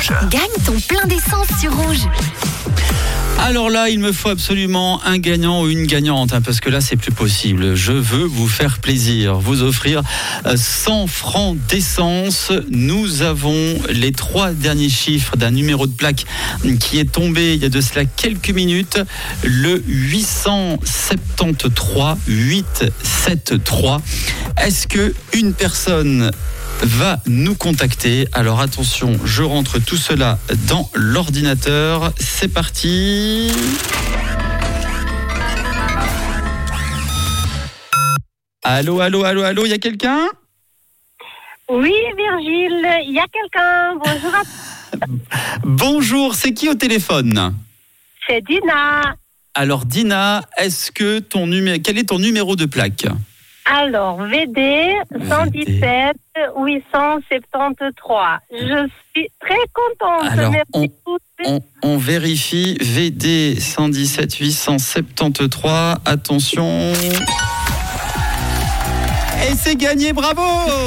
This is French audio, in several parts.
Rouge. Gagne ton plein d'essence sur Rouge. Alors là, il me faut absolument un gagnant ou une gagnante, parce que là, c'est plus possible. Je veux vous faire plaisir, vous offrir 100 francs d'essence. Nous avons les 3 derniers chiffres d'un numéro de plaque qui est tombé il y a de cela quelques minutes. Le 873 873. Est-ce que une personne va nous contacter? Alors attention, je rentre tout cela dans l'ordinateur. C'est parti. Allô, il y a quelqu'un? Oui, Virgile, il y a quelqu'un. Bonjour à Bonjour, c'est qui au téléphone? C'est Dina. Alors Dina, quel est ton numéro de plaque? Alors, VD 117 873. Je suis très contente. Alors, Merci. on vérifie. VD 117 873. Attention. Et c'est gagné, bravo!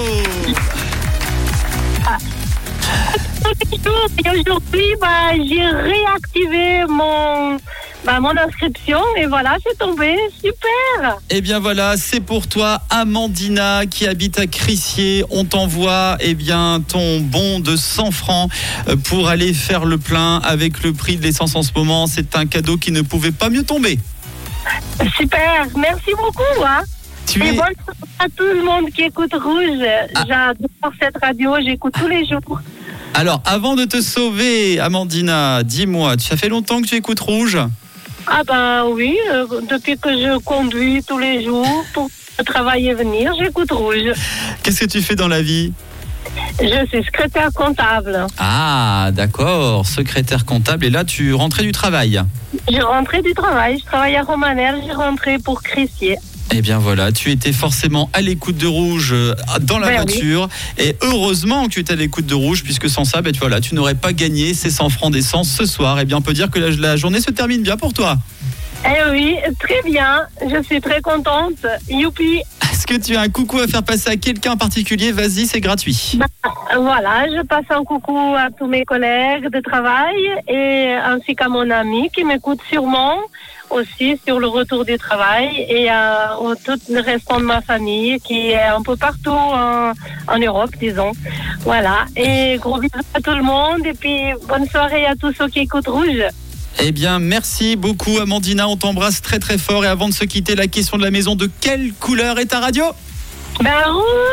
Et aujourd'hui, j'ai réactivé mon inscription et voilà, c'est tombé. Super! Eh bien voilà, c'est pour toi, Amandina, qui habite à Crissier. On t'envoie ton bon de 100 francs pour aller faire le plein avec le prix de l'essence en ce moment. C'est un cadeau qui ne pouvait pas mieux tomber. Super, merci beaucoup. Et bonne soirée à tout le monde qui écoute Rouge. J'adore cette radio, j'écoute tous les jours. Alors, avant de te sauver, Amandina, dis-moi, ça fait longtemps que tu écoutes Rouge? Oui, depuis que je conduis tous les jours pour travailler et venir, j'écoute Rouge. Qu'est-ce que tu fais dans la vie? Je suis secrétaire comptable. Ah, d'accord, secrétaire comptable. Et là, tu rentrais du travail? J'ai rentré du travail, je travaille à Romanel, j'ai rentré pour Crissier. Eh bien voilà, tu étais forcément à l'écoute de Rouge dans la voiture. Oui. Et heureusement que tu étais à l'écoute de Rouge, puisque sans ça, tu n'aurais pas gagné ces 100 francs d'essence ce soir. Eh bien, on peut dire que la journée se termine bien pour toi. Eh oui, très bien. Je suis très contente. Youpi. Est-ce que tu as un coucou à faire passer à quelqu'un en particulier? Vas-y, c'est gratuit. Voilà, je passe un coucou à tous mes collègues de travail et ainsi qu'à mon ami qui m'écoute sûrement aussi sur le retour du travail et à tout le restant de ma famille qui est un peu partout en Europe, disons. Voilà, et gros bisous à tout le monde et puis bonne soirée à tous ceux qui écoutent Rouge. Eh bien, merci beaucoup, Amandina. On t'embrasse très très fort. Et avant de se quitter, la question de la maison, de quelle couleur est ta radio? Rouge.